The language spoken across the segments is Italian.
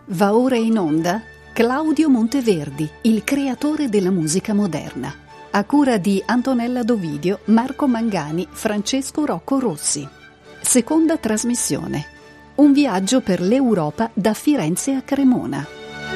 Va ora in onda Claudio Monteverdi, il creatore della musica moderna, a cura di Antonella Dovidio, Marco Mangani, Francesco Rocco Rossi. Seconda trasmissione. Un viaggio per l'Europa da Firenze a Cremona.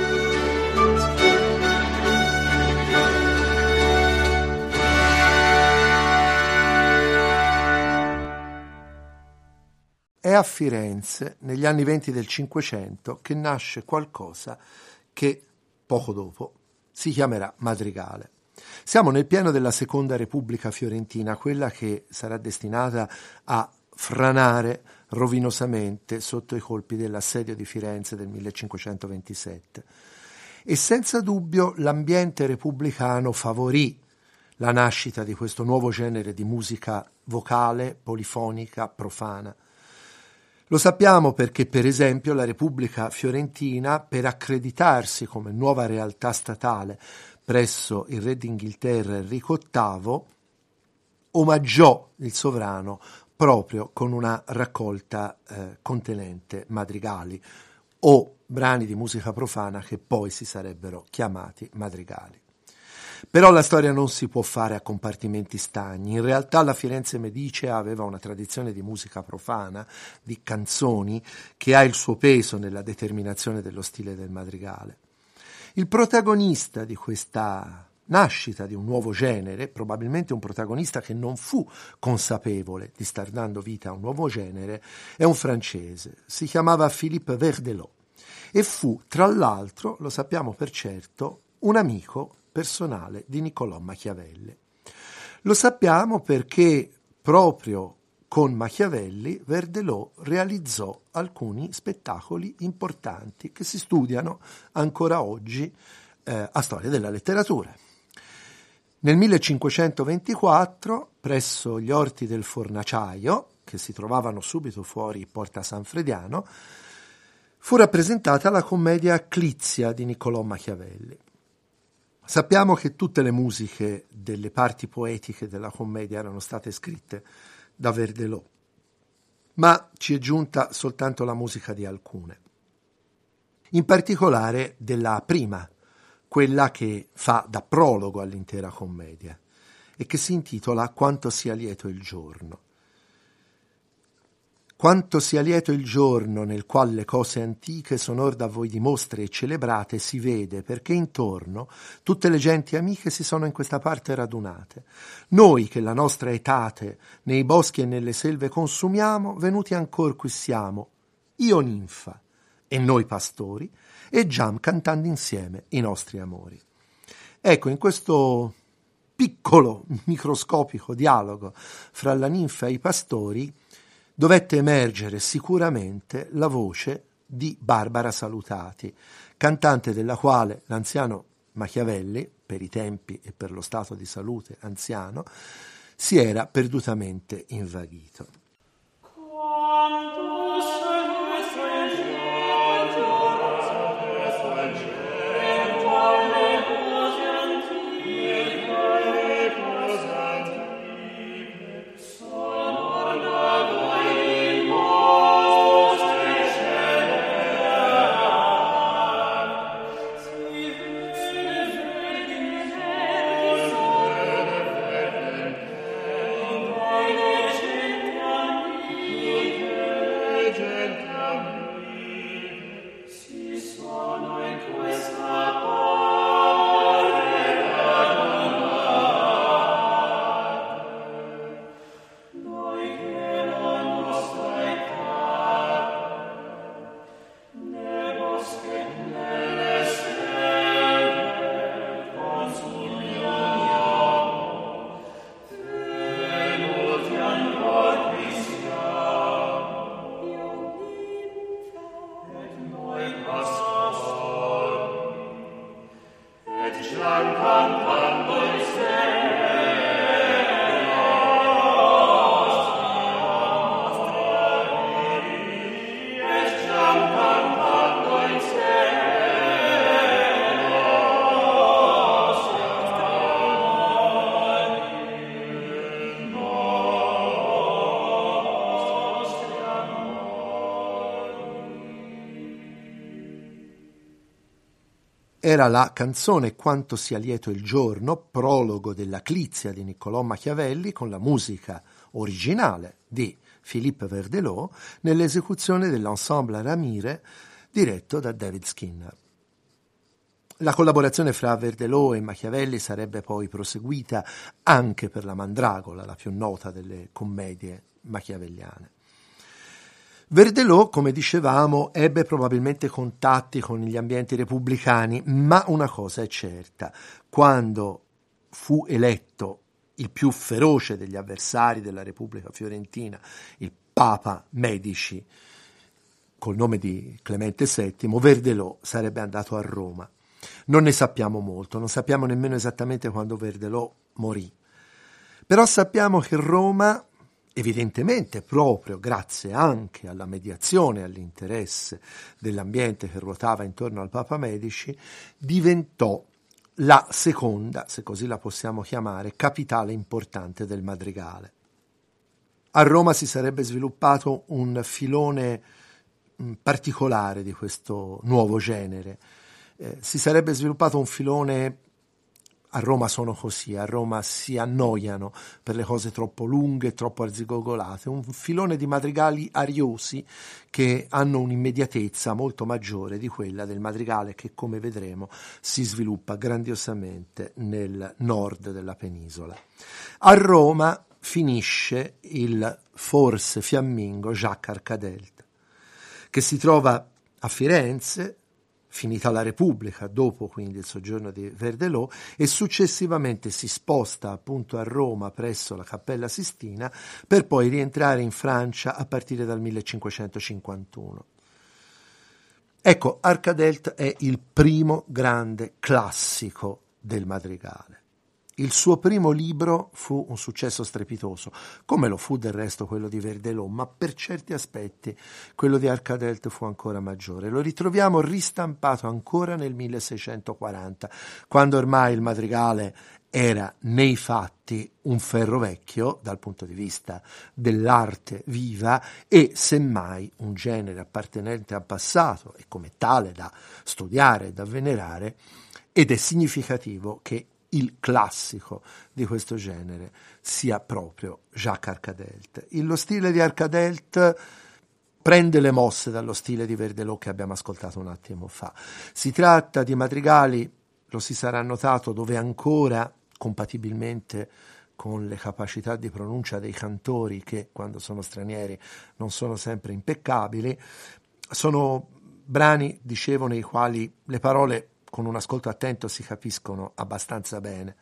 È a Firenze, negli anni '20 del Cinquecento, che nasce qualcosa che, poco dopo, si chiamerà madrigale. Siamo nel pieno della Seconda Repubblica Fiorentina, quella che sarà destinata a franare rovinosamente sotto i colpi dell'assedio di Firenze del 1527. E senza dubbio l'ambiente repubblicano favorì la nascita di questo nuovo genere di musica vocale, polifonica, profana. Lo sappiamo perché, per esempio, la Repubblica Fiorentina, per accreditarsi come nuova realtà statale presso il re d'Inghilterra Enrico VIII, omaggiò il sovrano proprio con una raccolta contenente madrigali o brani di musica profana che poi si sarebbero chiamati madrigali. Però la storia non si può fare a compartimenti stagni. In realtà la Firenze medicea aveva una tradizione di musica profana, di canzoni, che ha il suo peso nella determinazione dello stile del madrigale. Il protagonista di questa nascita di un nuovo genere, probabilmente un protagonista che non fu consapevole di star dando vita a un nuovo genere, è un francese. Si chiamava Philippe Verdelot e fu, tra l'altro, lo sappiamo per certo, un amico personale di Niccolò Machiavelli. Lo sappiamo perché proprio con Machiavelli Verdelot realizzò alcuni spettacoli importanti che si studiano ancora oggi a storia della letteratura. Nel 1524, presso gli orti del Fornaciaio, che si trovavano subito fuori Porta San Frediano, fu rappresentata la commedia Clizia di Niccolò Machiavelli. Sappiamo che tutte le musiche delle parti poetiche della commedia erano state scritte da Verdelot, ma ci è giunta soltanto la musica di alcune. In particolare della prima, quella che fa da prologo all'intera commedia e che si intitola Quanto sia lieto il giorno. Quanto sia lieto il giorno nel qual le cose antiche sonor da voi dimostre e celebrate si vede, perché intorno tutte le genti amiche si sono in questa parte radunate. Noi che la nostra etate nei boschi e nelle selve consumiamo, venuti ancor qui siamo, io ninfa e noi pastori, e giam cantando insieme i nostri amori. Ecco, in questo piccolo, microscopico dialogo fra la ninfa e i pastori dovette emergere sicuramente la voce di Barbara Salutati, cantante della quale l'anziano Machiavelli, per i tempi e per lo stato di salute anziano, si era perdutamente invaghito. Gente era la canzone Quanto sia lieto il giorno, prologo della Clizia di Niccolò Machiavelli, con la musica originale di Philippe Verdelot nell'esecuzione dell'Ensemble Ramire diretto da David Skinner. La collaborazione fra Verdelot e Machiavelli sarebbe poi proseguita anche per la Mandragola, la più nota delle commedie machiavelliane. Verdelot, come dicevamo, ebbe probabilmente contatti con gli ambienti repubblicani, ma una cosa è certa: quando fu eletto il più feroce degli avversari della Repubblica Fiorentina, il Papa Medici, col nome di Clemente VII, Verdelot sarebbe andato a Roma. Non ne sappiamo molto, non sappiamo nemmeno esattamente quando Verdelot morì, però sappiamo che Roma, evidentemente proprio grazie anche alla mediazione e all'interesse dell'ambiente che ruotava intorno al Papa Medici, diventò la seconda, se così la possiamo chiamare, capitale importante del madrigale. A Roma si sarebbe sviluppato un filone particolare di questo nuovo genere. Si sarebbe sviluppato un filone. A Roma sono così, a Roma si annoiano per le cose troppo lunghe, troppo arzigogolate, un filone di madrigali ariosi che hanno un'immediatezza molto maggiore di quella del madrigale che, come vedremo, si sviluppa grandiosamente nel nord della penisola. A Roma finisce il forse fiammingo Jacques Arcadelt, che si trova a Firenze, finita la Repubblica, dopo quindi il soggiorno di Verdelot, e successivamente si sposta appunto a Roma presso la Cappella Sistina per poi rientrare in Francia a partire dal 1551. Ecco, Arcadelt è il primo grande classico del madrigale. Il suo primo libro fu un successo strepitoso, come lo fu del resto quello di Verdelot, ma per certi aspetti quello di Arcadelt fu ancora maggiore. Lo ritroviamo ristampato ancora nel 1640, quando ormai il madrigale era nei fatti un ferro vecchio dal punto di vista dell'arte viva e semmai un genere appartenente al passato e come tale da studiare e da venerare, ed è significativo che il classico di questo genere sia proprio Jacques Arcadelt. Lo stile di Arcadelt prende le mosse dallo stile di Verdelot che abbiamo ascoltato un attimo fa. Si tratta di madrigali, lo si sarà notato, dove ancora, compatibilmente con le capacità di pronuncia dei cantori, che quando sono stranieri non sono sempre impeccabili, sono brani, dicevo, nei quali le parole con un ascolto attento si capiscono abbastanza bene.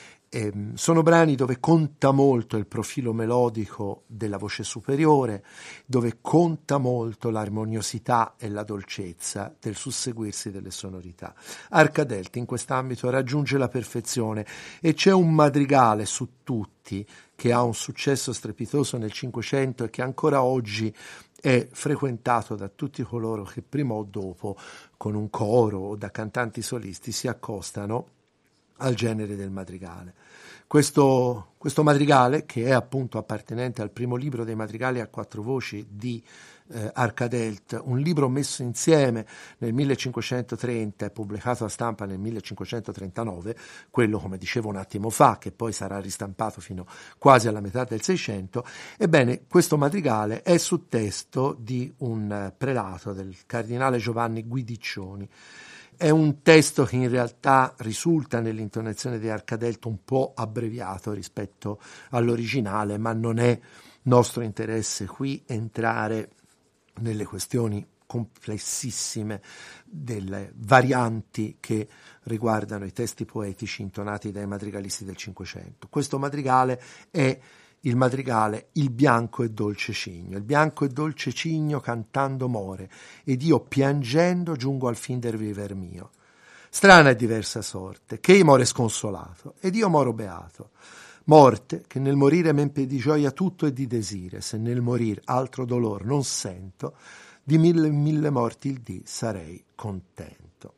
Sono brani dove conta molto il profilo melodico della voce superiore, dove conta molto l'armoniosità e la dolcezza del susseguirsi delle sonorità. Arcadelt in quest'ambito raggiunge la perfezione e c'è un madrigale su tutti che ha un successo strepitoso nel Cinquecento e che ancora oggi è frequentato da tutti coloro che prima o dopo con un coro o da cantanti solisti si accostano al genere del madrigale. Questo madrigale, che è appunto appartenente al primo libro dei madrigali a quattro voci di Arcadelt, un libro messo insieme nel 1530 e pubblicato a stampa nel 1539, quello, come dicevo un attimo fa, che poi sarà ristampato fino quasi alla metà del Seicento. Ebbene, questo madrigale è su testo di un prelato del cardinale Giovanni Guidiccioni. È un testo che in realtà risulta nell'intonazione di Arcadelt un po' abbreviato rispetto all'originale, ma non è nostro interesse qui entrare nelle questioni complessissime delle varianti che riguardano i testi poetici intonati dai madrigalisti del Cinquecento. Questo madrigale è il madrigale Il bianco e dolce cigno. Il bianco e dolce cigno cantando more, ed io piangendo giungo al fin del viver mio. Strana e diversa sorte, che more sconsolato, ed io moro beato. Morte che nel morire m'empie di gioia tutto e di desire, se nel morir altro dolor non sento, di mille morti il dì sarei contento.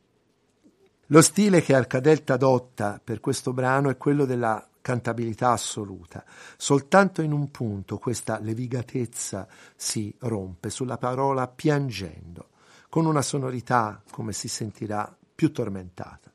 Lo stile che Arcadelt adotta per questo brano è quello della cantabilità assoluta. Soltanto in un punto questa levigatezza si rompe, sulla parola piangendo, con una sonorità, come si sentirà più tormentata.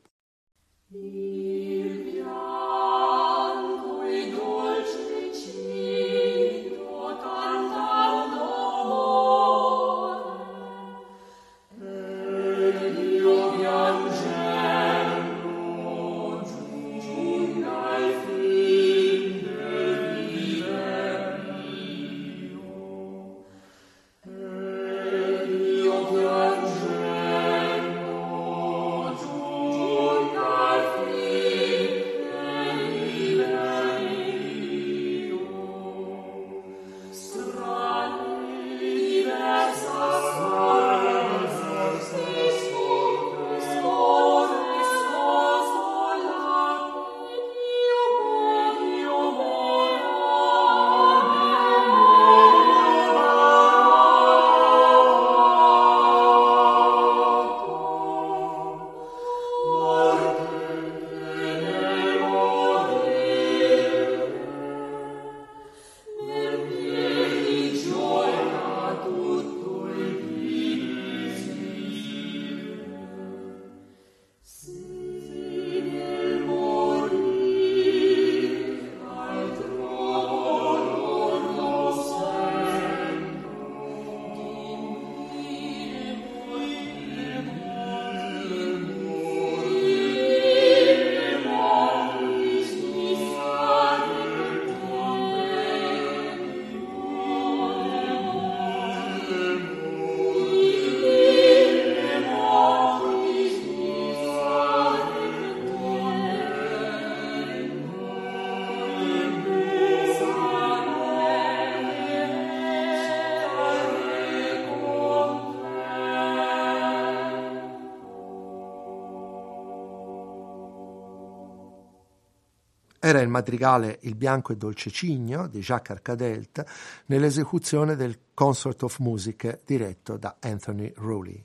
Era il madrigale Il bianco e dolce cigno di Jacques Arcadelt nell'esecuzione del Consort of Music diretto da Anthony Rowley.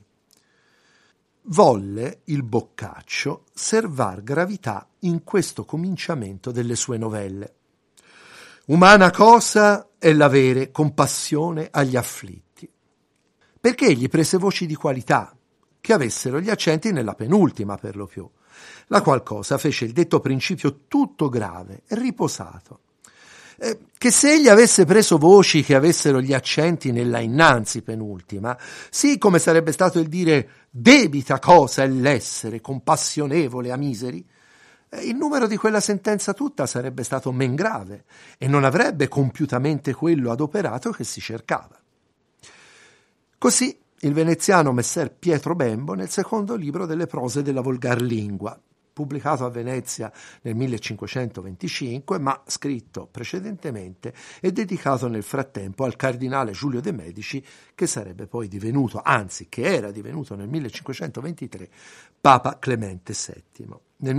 Volle il Boccaccio servar gravità in questo cominciamento delle sue novelle. Umana cosa è l'avere compassione agli afflitti, perché egli prese voci di qualità che avessero gli accenti nella penultima per lo più, la qual cosa fece il detto principio tutto grave e riposato, che se egli avesse preso voci che avessero gli accenti nella innanzi penultima, sì come sarebbe stato il dire debita cosa è l'essere compassionevole a miseri, il numero di quella sentenza tutta sarebbe stato men grave e non avrebbe compiutamente quello adoperato che si cercava. Così il veneziano messer Pietro Bembo nel secondo libro delle prose della volgar lingua, pubblicato a Venezia nel 1525, ma scritto precedentemente e dedicato nel frattempo al cardinale Giulio de' Medici, che sarebbe poi divenuto, anzi che era divenuto nel 1523, Papa Clemente VII. Nel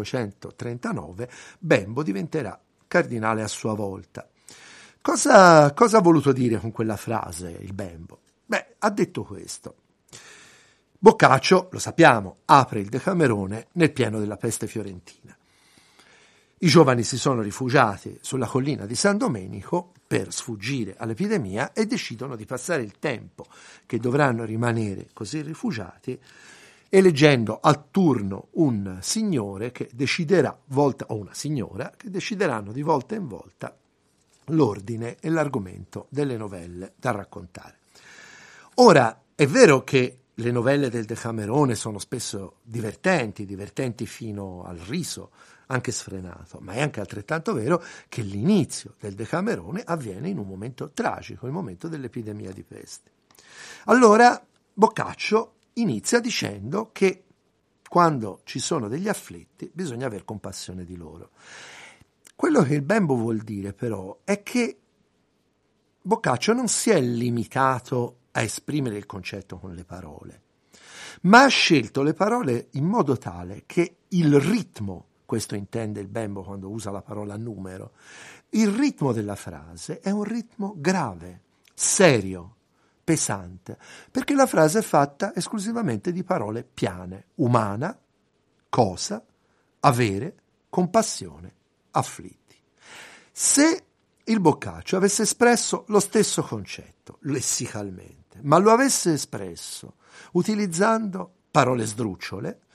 1539 Bembo diventerà cardinale a sua volta. Cosa ha voluto dire con quella frase il Bembo? Ha detto questo. Boccaccio, lo sappiamo, apre il Decamerone nel pieno della peste fiorentina. I giovani si sono rifugiati sulla collina di San Domenico per sfuggire all'epidemia e decidono di passare il tempo che dovranno rimanere così rifugiati eleggendo a turno un signore che deciderà o una signora che decideranno di volta in volta l'ordine e l'argomento delle novelle da raccontare. Ora, è vero che le novelle del Decamerone sono spesso divertenti fino al riso, anche sfrenato, ma è anche altrettanto vero che l'inizio del Decamerone avviene in un momento tragico, il momento dell'epidemia di peste. Allora Boccaccio inizia dicendo che quando ci sono degli afflitti bisogna aver compassione di loro. Quello che il Bembo vuol dire però è che Boccaccio non si è limitato a esprimere il concetto con le parole, ma ha scelto le parole in modo tale che il ritmo, questo intende il Bembo quando usa la parola numero, il ritmo della frase è un ritmo grave, serio, pesante, perché la frase è fatta esclusivamente di parole piane: umana, cosa, avere, compassione, afflitti. Se il Boccaccio avesse espresso lo stesso concetto lessicalmente, ma lo avesse espresso utilizzando parole sdrucciole,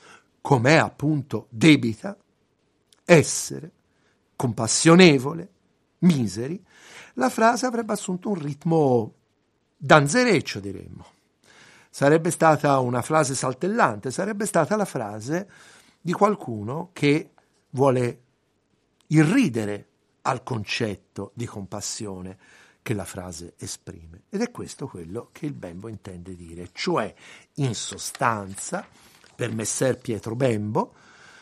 com'è appunto debita, essere, compassionevole, miseri, la frase avrebbe assunto un ritmo danzereccio, diremmo. Sarebbe stata una frase saltellante, sarebbe stata la frase di qualcuno che vuole irridere al concetto di compassione che la frase esprime. Ed è questo quello che il Bembo intende dire, cioè, in sostanza, per Messer Pietro Bembo,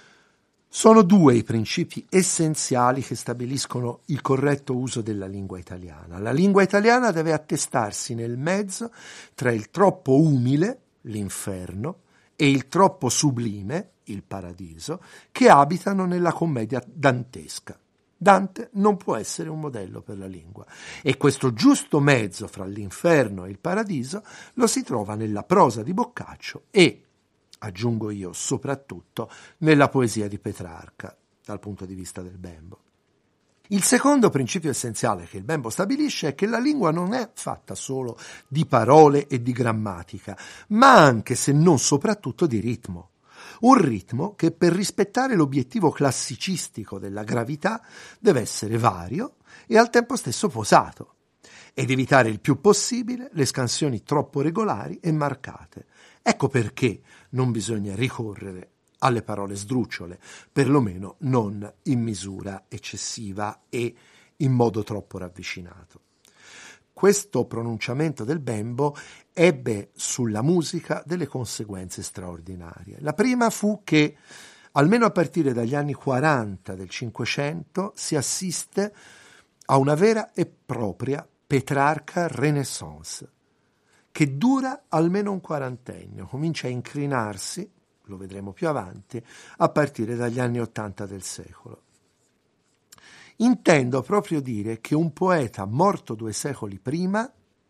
sono due i principi essenziali che stabiliscono il corretto uso della lingua italiana. La lingua italiana deve attestarsi nel mezzo tra il troppo umile, l'inferno, e il troppo sublime, il paradiso, che abitano nella commedia dantesca. Dante non può essere un modello per la lingua, e questo giusto mezzo fra l'inferno e il paradiso lo si trova nella prosa di Boccaccio e, aggiungo io, soprattutto nella poesia di Petrarca, dal punto di vista del Bembo. Il secondo principio essenziale che il Bembo stabilisce è che la lingua non è fatta solo di parole e di grammatica, ma anche, se non soprattutto, di ritmo. Un ritmo che, per rispettare l'obiettivo classicistico della gravità, deve essere vario e al tempo stesso posato, ed evitare il più possibile le scansioni troppo regolari e marcate. Ecco perché non bisogna ricorrere alle parole sdrucciole, perlomeno non in misura eccessiva e in modo troppo ravvicinato. Questo pronunciamento del Bembo ebbe sulla musica delle conseguenze straordinarie. La prima fu che, almeno a partire dagli anni 40 del Cinquecento, si assiste a una vera e propria Petrarca Renaissance, che dura almeno un quarantennio, comincia a incrinarsi, lo vedremo più avanti, a partire dagli anni 80 del secolo. Intendo proprio dire che un poeta morto 2 secoli prima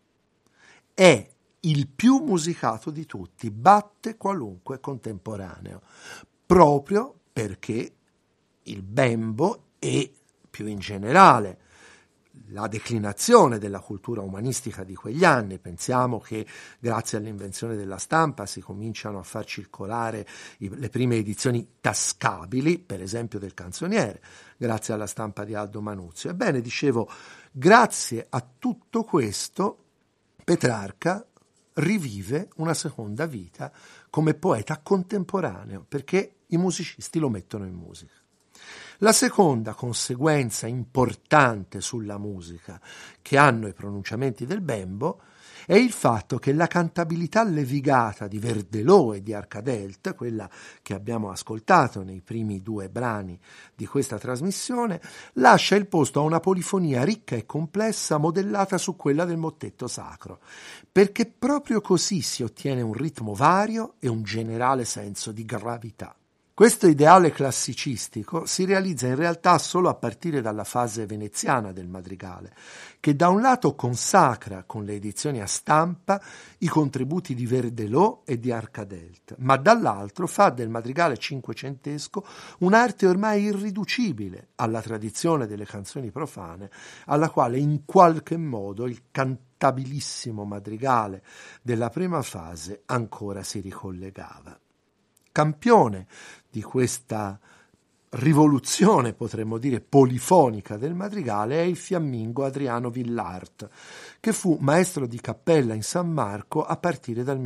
è il più musicato di tutti, batte qualunque contemporaneo, proprio perché il Bembo e, più in generale, la declinazione della cultura umanistica di quegli anni. Pensiamo che grazie all'invenzione della stampa si cominciano a far circolare le prime edizioni tascabili, per esempio del Canzoniere, grazie alla stampa di Aldo Manuzio. Ebbene, dicevo, grazie a tutto questo Petrarca rivive una seconda vita come poeta contemporaneo, perché i musicisti lo mettono in musica. La seconda conseguenza importante sulla musica che hanno i pronunciamenti del Bembo è il fatto che la cantabilità levigata di Verdelò e di Arcadelt, quella che abbiamo ascoltato nei primi 2 brani di questa trasmissione, lascia il posto a una polifonia ricca e complessa modellata su quella del mottetto sacro, perché proprio così si ottiene un ritmo vario e un generale senso di gravità. Questo ideale classicistico si realizza in realtà solo a partire dalla fase veneziana del madrigale, che da un lato consacra con le edizioni a stampa i contributi di Verdelò e di Arcadelt, ma dall'altro fa del madrigale cinquecentesco un'arte ormai irriducibile alla tradizione delle canzoni profane, alla quale in qualche modo il cantabilissimo madrigale della prima fase ancora si ricollegava. Campione di questa rivoluzione, potremmo dire, polifonica del madrigale è il fiammingo Adriano Villart, che fu maestro di cappella in San Marco a partire dal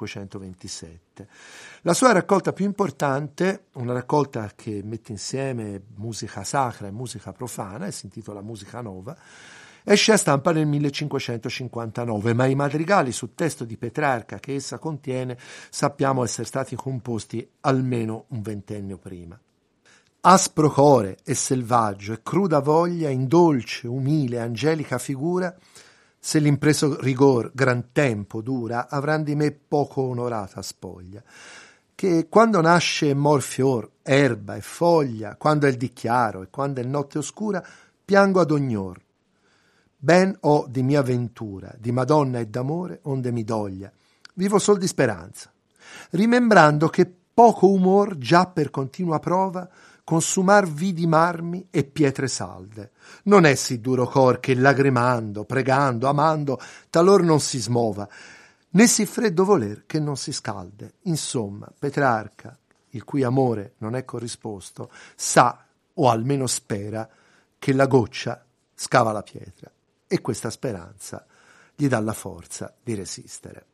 1527. La sua raccolta più importante, una raccolta che mette insieme musica sacra e musica profana, e si intitola Musica Nova, esce a stampa nel 1559, ma i madrigali su testo di Petrarca che essa contiene sappiamo essere stati composti almeno un ventennio prima. Aspro core e selvaggio e cruda voglia in dolce, umile, angelica figura, se l'impreso rigor gran tempo dura, avran di me poco onorata spoglia, che quando nasce mor fior, erba e foglia, quando è il dì chiaro e quando è notte oscura, piango ad ognor. Ben ho di mia ventura, di Madonna e d'amore, onde mi doglia. Vivo sol di speranza, rimembrando che poco umor già per continua prova consumar vidi marmi e pietre salde. Non è sì duro cor che lagrimando, pregando, amando, talor non si smova, né sì freddo voler che non si scalde. Insomma, Petrarca, il cui amore non è corrisposto, sa, o almeno spera, che la goccia scava la pietra, e questa speranza gli dà la forza di resistere.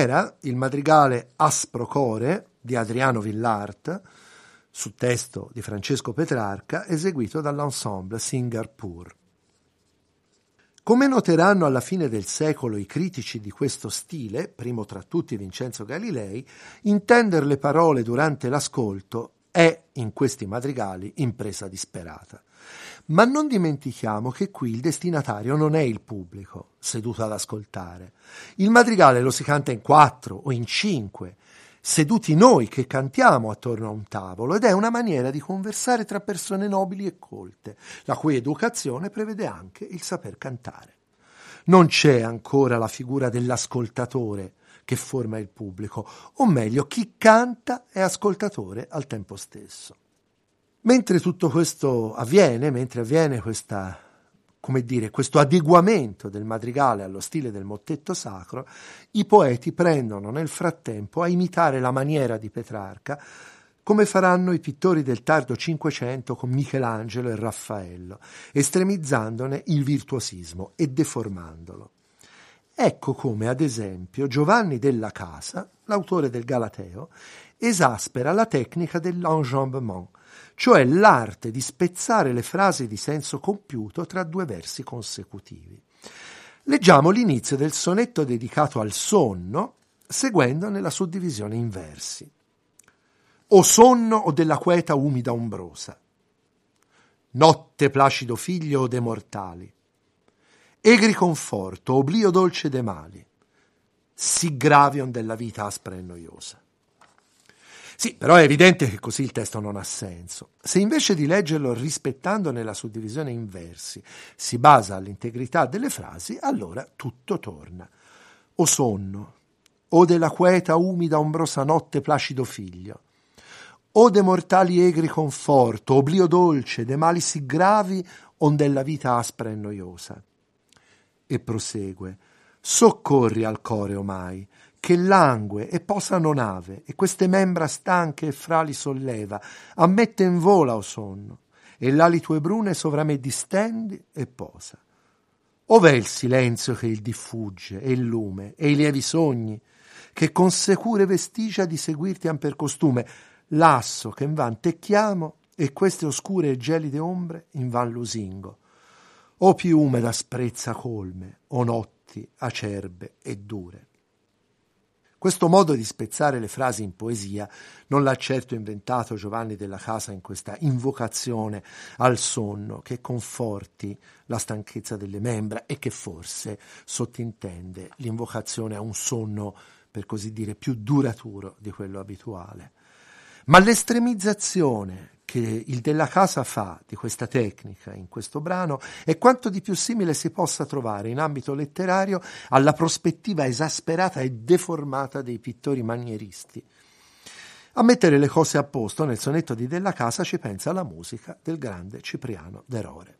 Era il madrigale Asprocore di Adriano Villart, su testo di Francesco Petrarca, eseguito dall'ensemble Singarpur. Come noteranno alla fine del secolo i critici di questo stile, primo tra tutti Vincenzo Galilei, intendere le parole durante l'ascolto è, in questi madrigali, impresa disperata. Ma non dimentichiamo che qui il destinatario non è il pubblico, seduto ad ascoltare. Il madrigale lo si canta in 4 o in 5, seduti noi che cantiamo attorno a un tavolo, ed è una maniera di conversare tra persone nobili e colte, la cui educazione prevede anche il saper cantare. Non c'è ancora la figura dell'ascoltatore che forma il pubblico, o meglio, chi canta è ascoltatore al tempo stesso. Mentre tutto questo avviene, mentre avviene questo adeguamento del madrigale allo stile del mottetto sacro, i poeti prendono nel frattempo a imitare la maniera di Petrarca, come faranno i pittori del tardo Cinquecento con Michelangelo e Raffaello, estremizzandone il virtuosismo e deformandolo. Ecco come, ad esempio, Giovanni della Casa, l'autore del Galateo, esaspera la tecnica dell'enjambement, cioè l'arte di spezzare le frasi di senso compiuto tra 2 versi consecutivi. Leggiamo l'inizio del sonetto dedicato al sonno, seguendone la suddivisione in versi. O sonno o della queta umida ombrosa, notte placido figlio de mortali, egri conforto, oblio dolce de mali, si gravion della vita aspra e noiosa. Sì, però è evidente che così il testo non ha senso. Se invece di leggerlo rispettandone la suddivisione in versi si basa all'integrità delle frasi, allora tutto torna. O sonno, o della queta umida ombrosa notte placido figlio, o de mortali egri conforto, oblio dolce, de mali sì gravi, ond'ella vita aspra e noiosa. E prosegue, soccorri al core omai, che langue e posa non ave, e queste membra stanche e frali solleva, ammette in vola o sonno, e l'ali tue brune sovra me distendi e posa. Ov'è il silenzio che il diffugge, e il lume, e i lievi sogni, che con secure vestigia di seguirti han per costume, lasso che invan te chiamo, e queste oscure e gelide ombre invan lusingo. O più umeda sprezza colme, o notti acerbe e dure. Questo modo di spezzare le frasi in poesia non l'ha certo inventato Giovanni della Casa in questa invocazione al sonno che conforti la stanchezza delle membra e che forse sottintende l'invocazione a un sonno, per così dire, più duraturo di quello abituale. Ma l'estremizzazione che il Della Casa fa di questa tecnica in questo brano è quanto di più simile si possa trovare in ambito letterario alla prospettiva esasperata e deformata dei pittori manieristi. A mettere le cose a posto nel sonetto di Della Casa ci pensa la musica del grande Cipriano de Rore.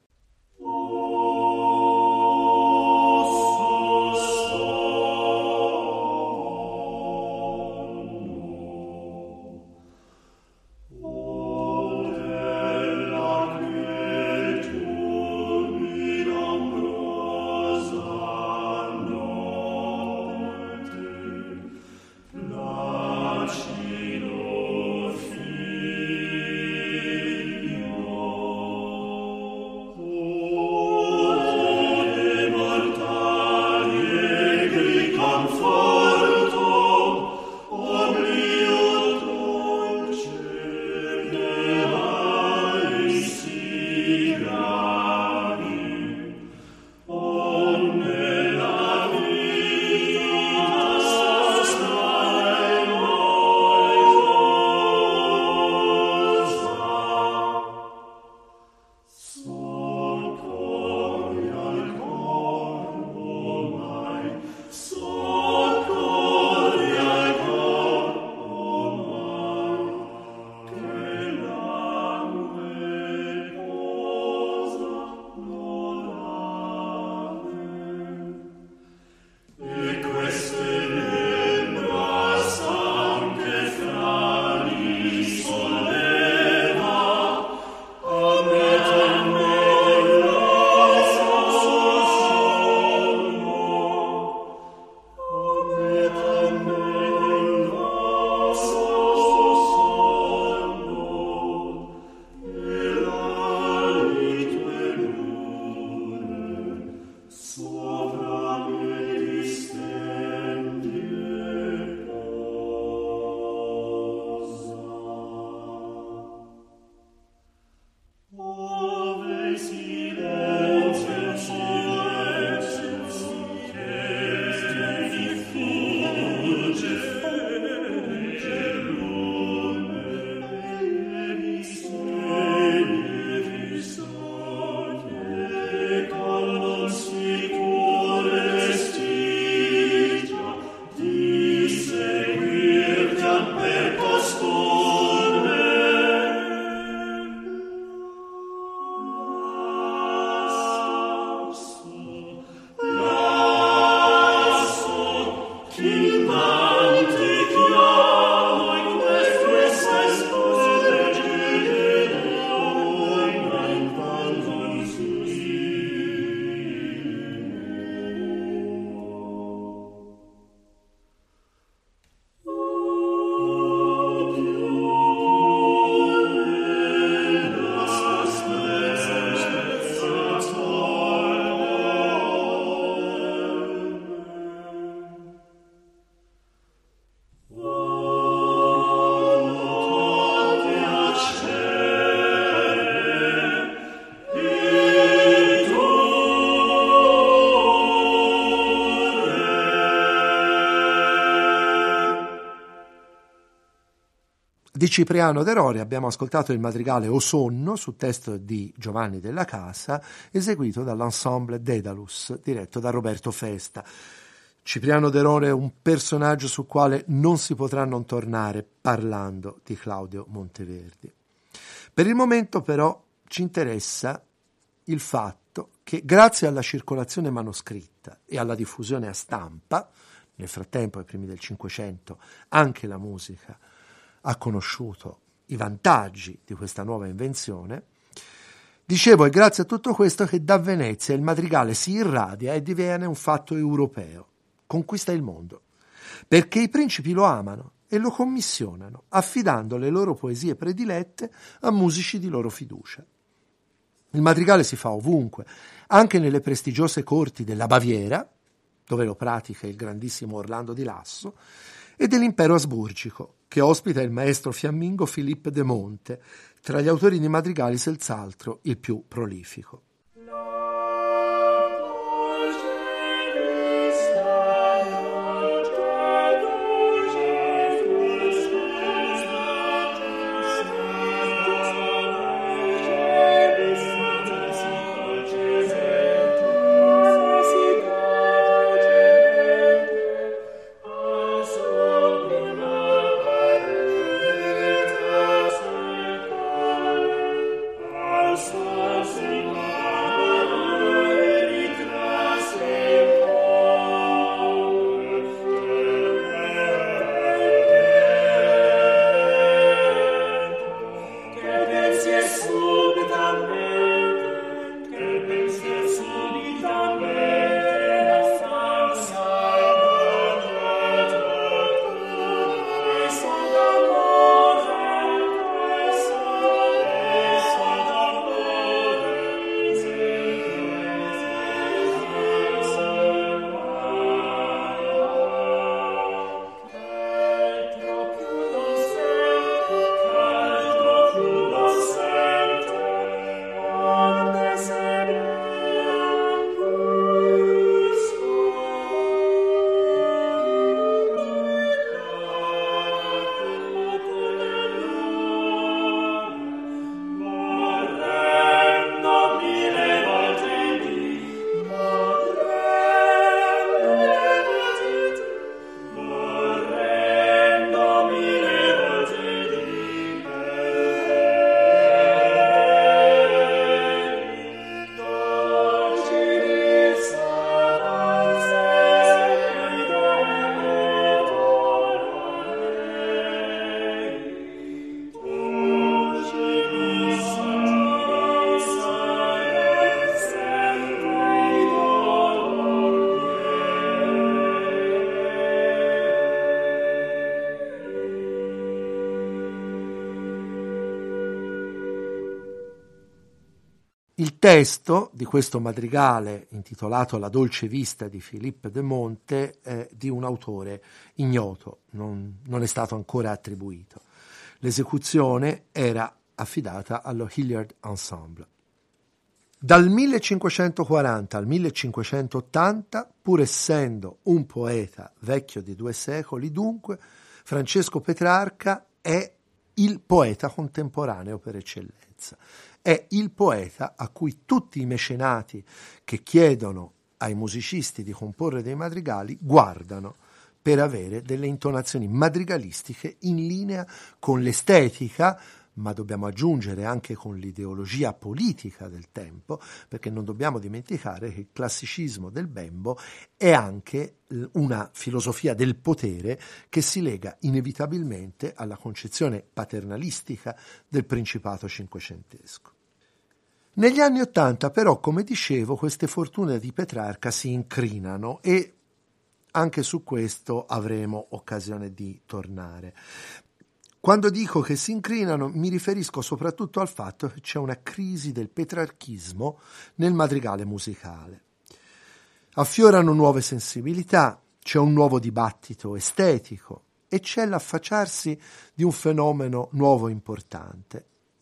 Di Cipriano de Rore abbiamo ascoltato il madrigale O Sonno su testo di Giovanni della Casa, eseguito dall'Ensemble Daedalus, diretto da Roberto Festa. Cipriano de Rore è un personaggio sul quale non si potrà non tornare parlando di Claudio Monteverdi. Per il momento però ci interessa il fatto che grazie alla circolazione manoscritta e alla diffusione a stampa, nel frattempo ai primi del Cinquecento anche la musica ha conosciuto i vantaggi di questa nuova invenzione. Dicevo, è grazie a tutto questo che da Venezia il madrigale si irradia e diviene un fatto europeo, conquista il mondo, perché i principi lo amano e lo commissionano, affidando le loro poesie predilette a musici di loro fiducia. Il madrigale si fa ovunque, anche nelle prestigiose corti della Baviera, dove lo pratica il grandissimo Orlando di Lasso, e dell'impero asburgico, che ospita il maestro fiammingo Philippe de Monte, tra gli autori di madrigali senz'altro il più prolifico. Il testo di questo madrigale, intitolato La dolce vista di Philippe de Monte, è di un autore ignoto, non è stato ancora attribuito. L'esecuzione era affidata allo Hilliard Ensemble. Dal 1540 al 1580, pur essendo un poeta vecchio di 2 secoli, dunque, Francesco Petrarca è il poeta contemporaneo per eccellenza. È il poeta a cui tutti i mecenati che chiedono ai musicisti di comporre dei madrigali guardano per avere delle intonazioni madrigalistiche in linea con l'estetica, ma dobbiamo aggiungere anche con l'ideologia politica del tempo, perché non dobbiamo dimenticare che il classicismo del Bembo è anche una filosofia del potere che si lega inevitabilmente alla concezione paternalistica del Principato cinquecentesco. Negli anni '80 però, come dicevo, queste fortune di Petrarca si incrinano e anche su questo avremo occasione di tornare. Quando dico che si incrinano mi riferisco soprattutto al fatto che c'è una crisi del petrarchismo nel madrigale musicale. Affiorano nuove sensibilità, c'è un nuovo dibattito estetico e c'è l'affacciarsi di un fenomeno nuovo importante,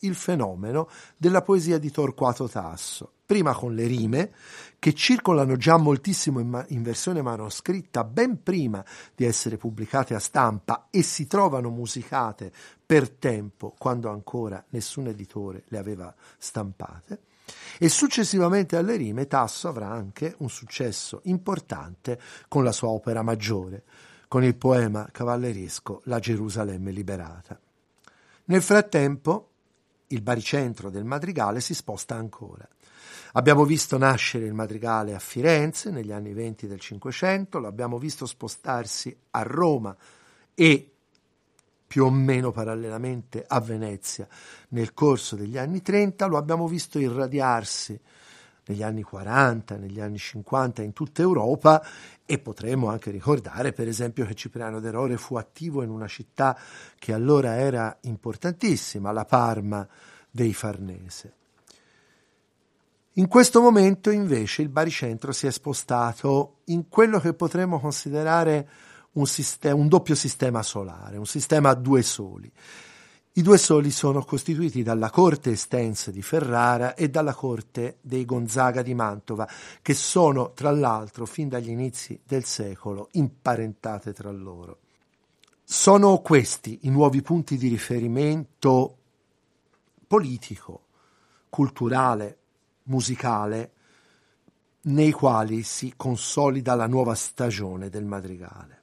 il fenomeno della poesia di Torquato Tasso, prima con le rime, che circolano già moltissimo in versione manoscritta ben prima di essere pubblicate a stampa e si trovano musicate per tempo quando ancora nessun editore le aveva stampate, e successivamente alle rime Tasso avrà anche un successo importante con la sua opera maggiore, con il poema cavalleresco La Gerusalemme liberata. Nel frattempo il baricentro del madrigale si sposta ancora. Abbiamo visto nascere il madrigale a Firenze negli anni 20 del Cinquecento, lo abbiamo visto spostarsi a Roma e più o meno parallelamente a Venezia nel corso degli anni 30, lo abbiamo visto irradiarsi negli anni 40, negli anni 50 in tutta Europa, e potremmo anche ricordare per esempio che Cipriano de Rore fu attivo in una città che allora era importantissima, la Parma dei Farnese. In questo momento invece il baricentro si è spostato in quello che potremmo considerare un doppio sistema solare, un sistema a due soli. I due soli sono costituiti dalla corte estense di Ferrara e dalla corte dei Gonzaga di Mantova, che sono tra l'altro fin dagli inizi del secolo imparentate tra loro. Sono questi i nuovi punti di riferimento politico, culturale, musicale, nei quali si consolida la nuova stagione del madrigale.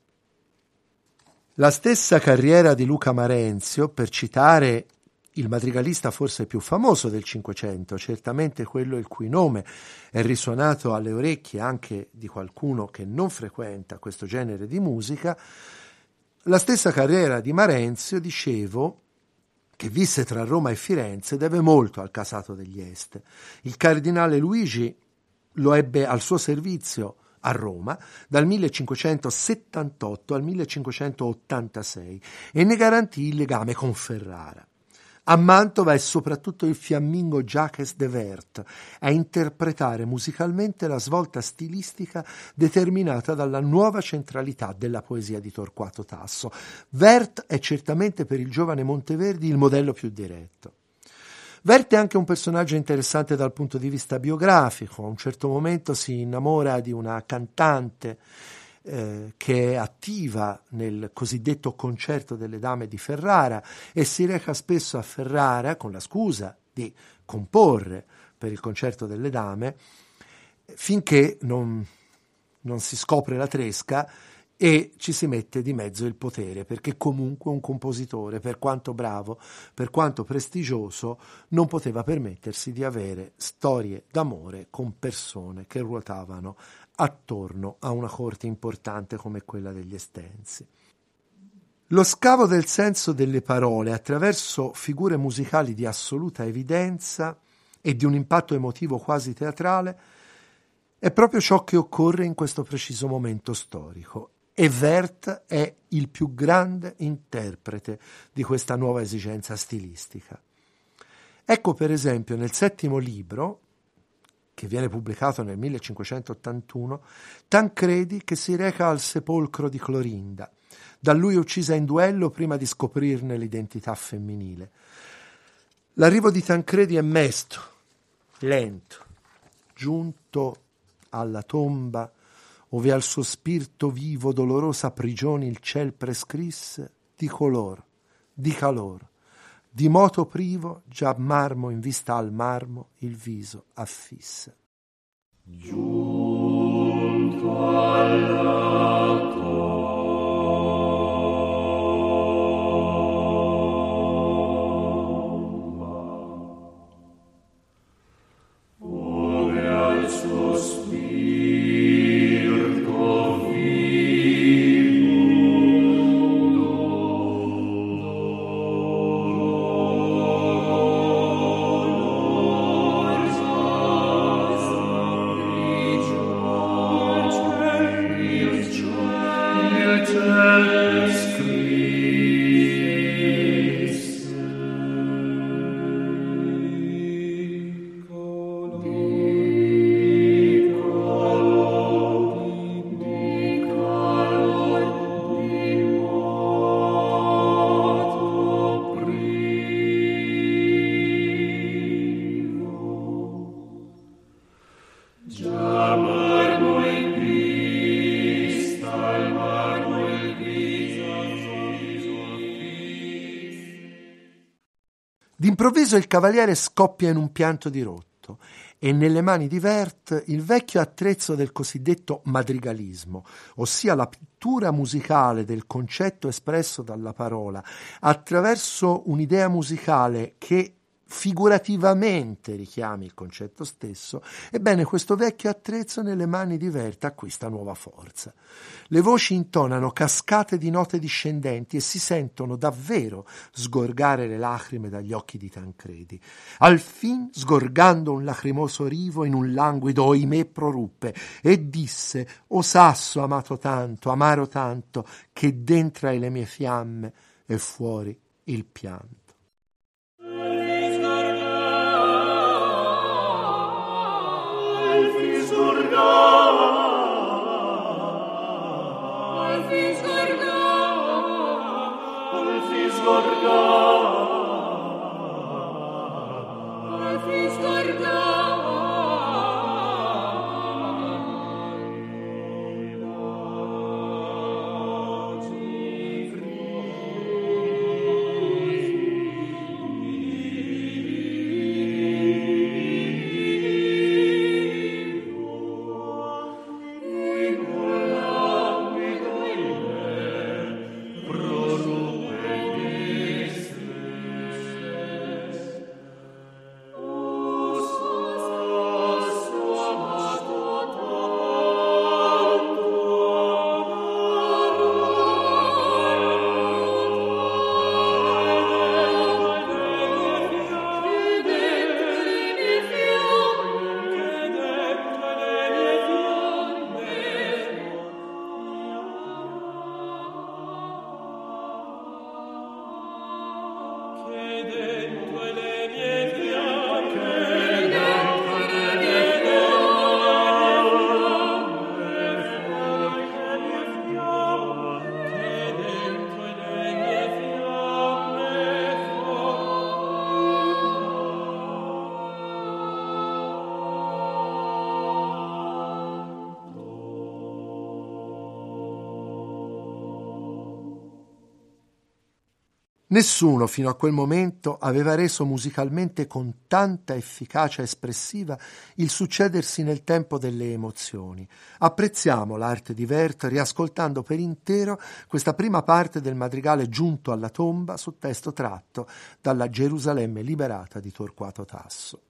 La stessa carriera di Luca Marenzio, per citare il madrigalista forse più famoso del Cinquecento, certamente quello il cui nome è risuonato alle orecchie anche di qualcuno che non frequenta questo genere di musica, la stessa carriera di Marenzio, dicevo, che visse tra Roma e Firenze, deve molto al Casato degli Este. Il cardinale Luigi lo ebbe al suo servizio a Roma dal 1578 al 1586 e ne garantì il legame con Ferrara. A Mantova è soprattutto il fiammingo Jacques de Wert a interpretare musicalmente la svolta stilistica determinata dalla nuova centralità della poesia di Torquato Tasso. Wert è certamente per il giovane Monteverdi il modello più diretto. Wert è anche un personaggio interessante dal punto di vista biografico. A un certo momento si innamora di una cantante che è attiva nel cosiddetto concerto delle dame di Ferrara e si reca spesso a Ferrara con la scusa di comporre per il concerto delle dame finché non si scopre la tresca e ci si mette di mezzo il potere, perché comunque un compositore, per quanto bravo, per quanto prestigioso, non poteva permettersi di avere storie d'amore con persone che ruotavano attorno a una corte importante come quella degli Estensi. Lo scavo del senso delle parole attraverso figure musicali di assoluta evidenza e di un impatto emotivo quasi teatrale è proprio ciò che occorre in questo preciso momento storico. E Wert è il più grande interprete di questa nuova esigenza stilistica. Ecco per esempio nel 7° libro, che viene pubblicato nel 1581, Tancredi che si reca al sepolcro di Clorinda, da lui uccisa in duello prima di scoprirne l'identità femminile. L'arrivo di Tancredi è mesto, lento, giunto alla tomba ove al suo spirito vivo dolorosa prigione il ciel prescrisse, di color, di calor, di moto privo, già marmo in vista al marmo il viso affisse. Giunto alla tomba, ove al suo spirito prigione D'improvviso il cavaliere scoppia in un pianto dirotto e nelle mani di Werth il vecchio attrezzo del cosiddetto madrigalismo, ossia la pittura musicale del concetto espresso dalla parola attraverso un'idea musicale che figurativamente richiami il concetto stesso. Ebbene, questo vecchio attrezzo nelle mani di Werth acquista nuova forza. Le voci intonano cascate di note discendenti e si sentono davvero sgorgare le lacrime dagli occhi di Tancredi. Alfin, sgorgando un lacrimoso rivo, in un languido oimè proruppe e disse: «O sasso amato tanto, amaro tanto, che dentro hai le mie fiamme e fuori il pianto». Nessuno fino a quel momento aveva reso musicalmente con tanta efficacia espressiva il succedersi nel tempo delle emozioni. Apprezziamo l'arte di Werth riascoltando per intero questa prima parte del madrigale Giunto alla tomba su testo tratto dalla Gerusalemme liberata di Torquato Tasso.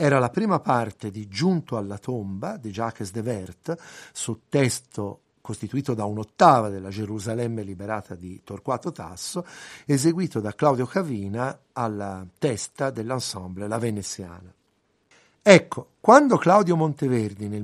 era la prima parte di Giunto alla tomba di Jacques de Wert, su testo costituito da un'ottava della Gerusalemme liberata di Torquato Tasso, eseguito da Claudio Cavina alla testa dell'ensemble La Veneziana. Ecco, quando Claudio Monteverdi nel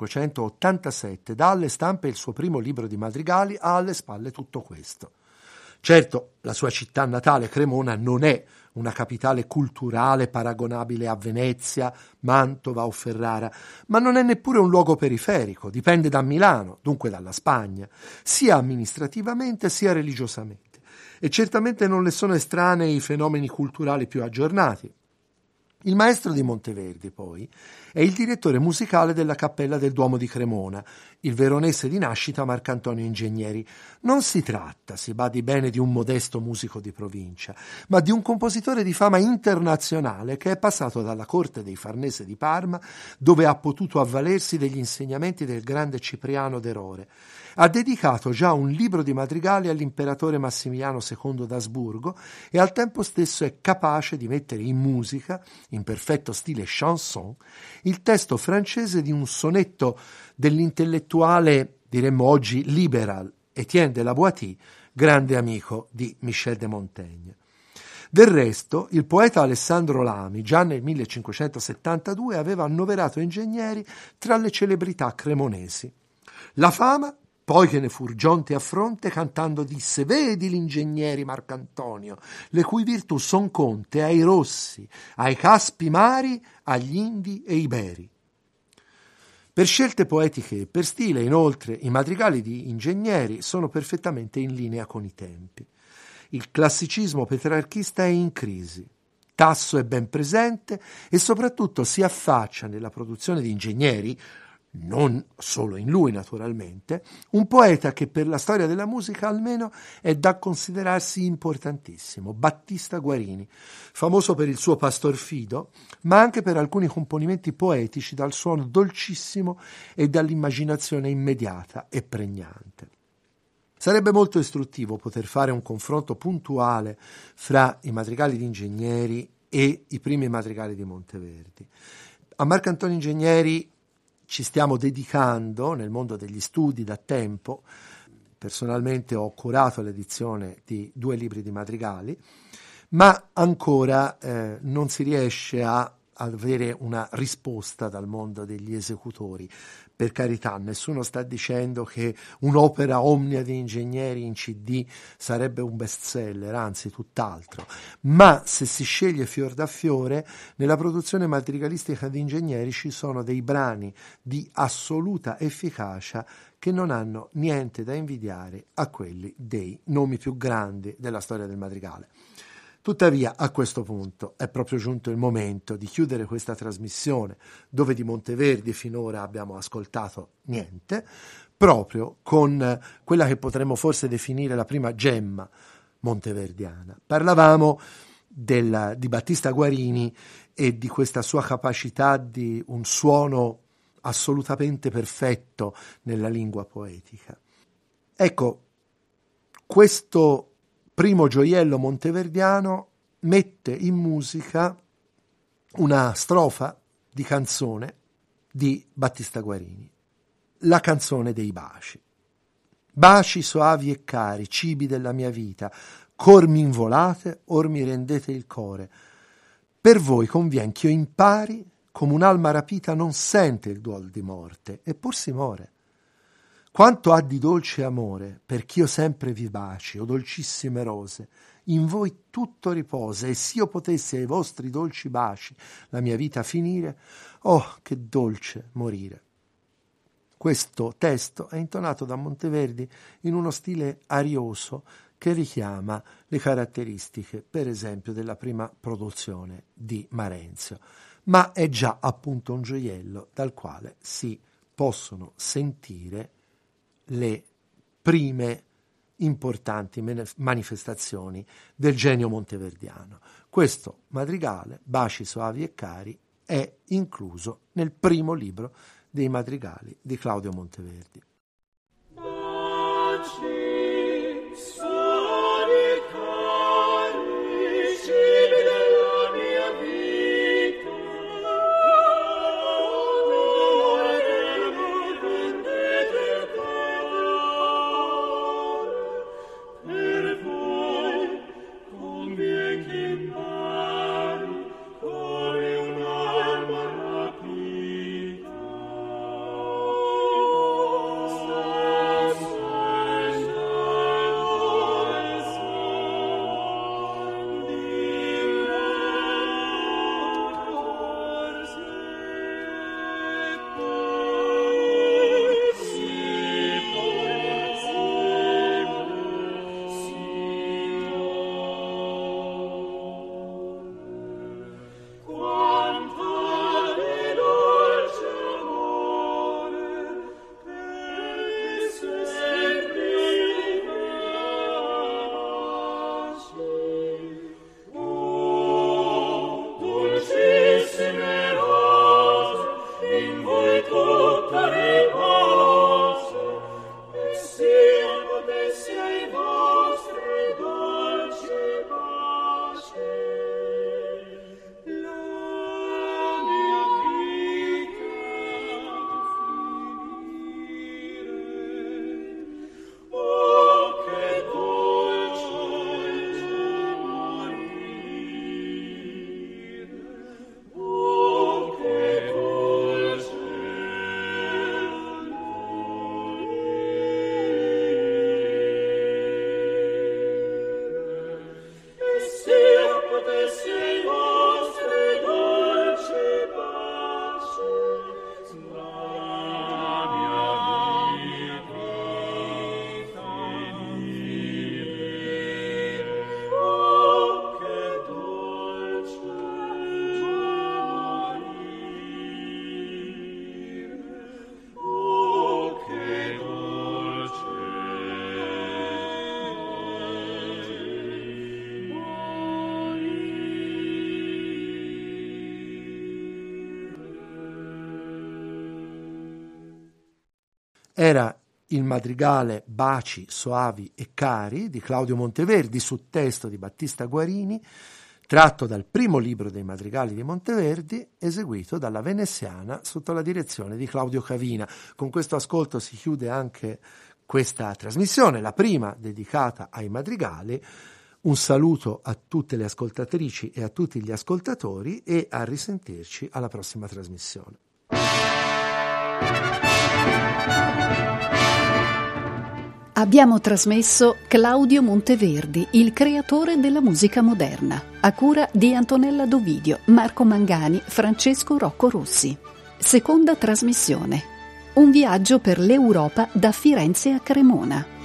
1587 dà alle stampe il suo primo libro di madrigali, ha alle spalle tutto questo. Certo, la sua città natale, Cremona, non è una capitale culturale paragonabile a Venezia, Mantova o Ferrara, ma non è neppure un luogo periferico, dipende da Milano, dunque dalla Spagna, sia amministrativamente sia religiosamente. E certamente non le sono estranei i fenomeni culturali più aggiornati. Il maestro di Monteverdi, poi, è il direttore musicale della Cappella del Duomo di Cremona, il veronese di nascita Marcantonio Ingegneri. Non si tratta, si badi bene, di un modesto musico di provincia, ma di un compositore di fama internazionale che è passato dalla corte dei Farnese di Parma, dove ha potuto avvalersi degli insegnamenti del grande Cipriano d'Erore. Ha dedicato già un libro di madrigali all'imperatore Massimiliano II d'Asburgo e al tempo stesso è capace di mettere in musica, in perfetto stile chanson, il testo francese di un sonetto dell'intellettuale, diremmo oggi, liberal, Étienne de la Boétie, grande amico di Michel de Montaigne. Del resto, il poeta Alessandro Lami, già nel 1572, aveva annoverato Ingegneri tra le celebrità cremonesi. La fama, poi che ne fu Gionti a fronte, cantando disse: «Vedi l'Ingegneri Marcantonio, le cui virtù son conte ai rossi, ai caspi mari, agli indi e iberi». Per scelte poetiche e per stile, inoltre, i madrigali di Ingegneri sono perfettamente in linea con i tempi. Il classicismo petrarchista è in crisi. Tasso è ben presente e soprattutto si affaccia nella produzione di Ingegneri, non solo in lui naturalmente, un poeta che per la storia della musica almeno è da considerarsi importantissimo, Battista Guarini, famoso per il suo Pastor Fido, ma anche per alcuni componimenti poetici dal suono dolcissimo e dall'immaginazione immediata e pregnante. Sarebbe molto istruttivo poter fare un confronto puntuale fra i madrigali di Ingegneri e i primi madrigali di Monteverdi. A Marcantonio Ingegneri ci stiamo dedicando nel mondo degli studi da tempo. Personalmente ho curato l'edizione di 2 libri di madrigali, ma ancora non si riesce a avere una risposta dal mondo degli esecutori. Per carità, nessuno sta dicendo che un'opera omnia di Ingegneri in CD sarebbe un bestseller, anzi tutt'altro, ma se si sceglie fior da fiore, nella produzione madrigalistica di Ingegneri ci sono dei brani di assoluta efficacia che non hanno niente da invidiare a quelli dei nomi più grandi della storia del madrigale. Tuttavia, a questo punto è proprio giunto il momento di chiudere questa trasmissione, dove di Monteverdi finora abbiamo ascoltato niente, proprio con quella che potremmo forse definire la prima gemma monteverdiana. Parlavamo di Battista Guarini e di questa sua capacità di un suono assolutamente perfetto nella lingua poetica. Ecco, questo primo gioiello monteverdiano mette in musica una strofa di canzone di Battista Guarini, la canzone dei baci. Baci soavi e cari, cibi della mia vita, cor mi involate, or mi rendete il core. Per voi convien ch'io impari, come un'alma rapita non sente il duol di morte, eppur si more. Quanto ha di dolce amore, perch'io sempre vi baci, o dolcissime rose, in voi tutto riposa, e s'io potessi ai vostri dolci baci la mia vita finire, oh, che dolce morire. Questo testo è intonato da Monteverdi in uno stile arioso che richiama le caratteristiche, per esempio, della prima produzione di Marenzio, ma è già appunto un gioiello dal quale si possono sentire le prime importanti manifestazioni del genio monteverdiano. Questo madrigale, Baci soavi e cari, è incluso nel primo libro dei madrigali di Claudio Monteverdi. era il madrigale Baci, soavi e cari di Claudio Monteverdi su testo di Battista Guarini, tratto dal primo libro dei madrigali di Monteverdi, eseguito dalla Veneziana sotto la direzione di Claudio Cavina. Con questo ascolto si chiude anche questa trasmissione, la prima dedicata ai madrigali. Un saluto a tutte le ascoltatrici e a tutti gli ascoltatori e a risentirci alla prossima trasmissione. Abbiamo trasmesso Claudio Monteverdi, il creatore della musica moderna, a cura di Antonella Dovidio, Marco Mangani, Francesco Rocco Rossi. Seconda trasmissione. Un viaggio per l'Europa da Firenze a Cremona.